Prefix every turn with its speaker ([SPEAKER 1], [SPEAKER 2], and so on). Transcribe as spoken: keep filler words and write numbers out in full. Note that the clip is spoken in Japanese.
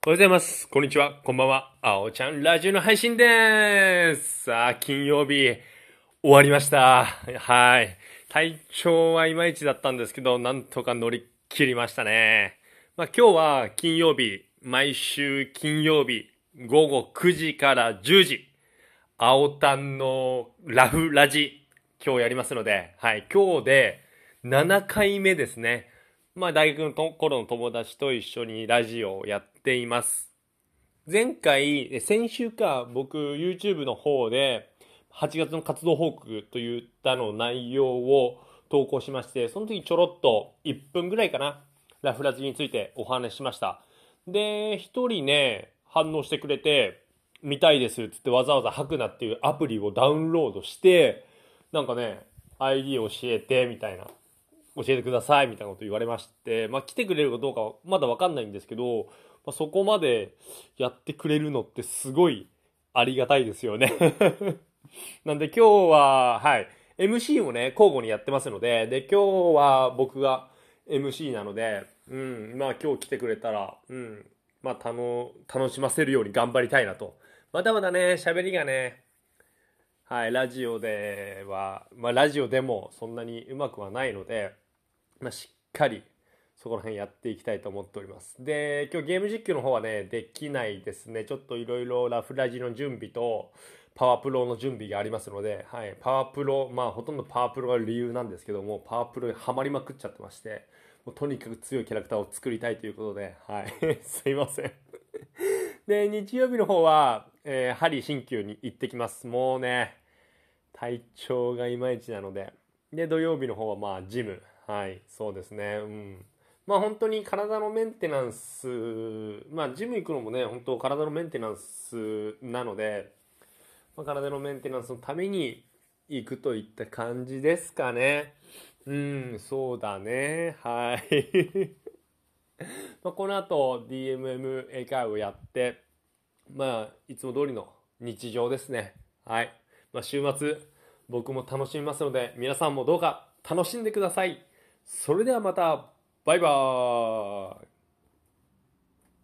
[SPEAKER 1] おはようございます。こんにちは。こんばんは。あおちゃんラジオの配信でーす。さあ、金曜日、終わりました。はい。体調はいまいちだったんですけど、なんとか乗り切りましたね。まあ今日は金曜日、毎週金曜日、午後くじからじゅうじ、青タンのラフラジ、今日やりますので、はい。今日でななかいめですね。まあ大学の頃の友達と一緒にラジオをやっています。前回、先週か、僕 YouTube の方ではちがつの活動報告といったの内容を投稿しまして、その時ちょろっといっぷんぐらいかな、ラフラジについてお話ししました。で、一人ね、反応してくれて、見たいですっつってわざわざハクナっていうアプリをダウンロードして、なんかね、アイディー 教えて、みたいな。教えてくださいみたいなこと言われまして、まあ来てくれるかどうかはまだわかんないんですけど、まあ、そこまでやってくれるのってすごいありがたいですよね。なんで今日は、はい、エムシー をね、交互にやってますので、で、今日は僕が エムシー なので、うん、まあ今日来てくれたら、うん、まあたの、楽しませるように頑張りたいなと。まだまだね、喋りがね、はい、ラジオでは、まあラジオでもそんなにうまくはないので、まあ、しっかりそこら辺やっていきたいと思っております。で、今日ゲーム実況の方はね、できないですね。ちょっといろいろラフラジの準備とパワープロの準備がありますので、はい、パワープロ、まあほとんどパワープロが理由なんですけども、パワープロにハマりまくっちゃってまして、もうとにかく強いキャラクターを作りたいということで、はい、すいません。で、日曜日の方は、えー、針鍼灸に行ってきます。もうね、体調がいまいちなので。で、土曜日の方はまあ、ジム。はい、そうですね。うん。まあ本当に体のメンテナンス、まあジム行くのもね、本当体のメンテナンスなので、まあ、体のメンテナンスのために行くといった感じですかね。うん、そうだね。はい。まあこの後 ディーエムエム 英会話をやって、まあいつも通りの日常ですね。はい。まあ週末、僕も楽しみますので、皆さんもどうか楽しんでください。それではまた、バイバーイ。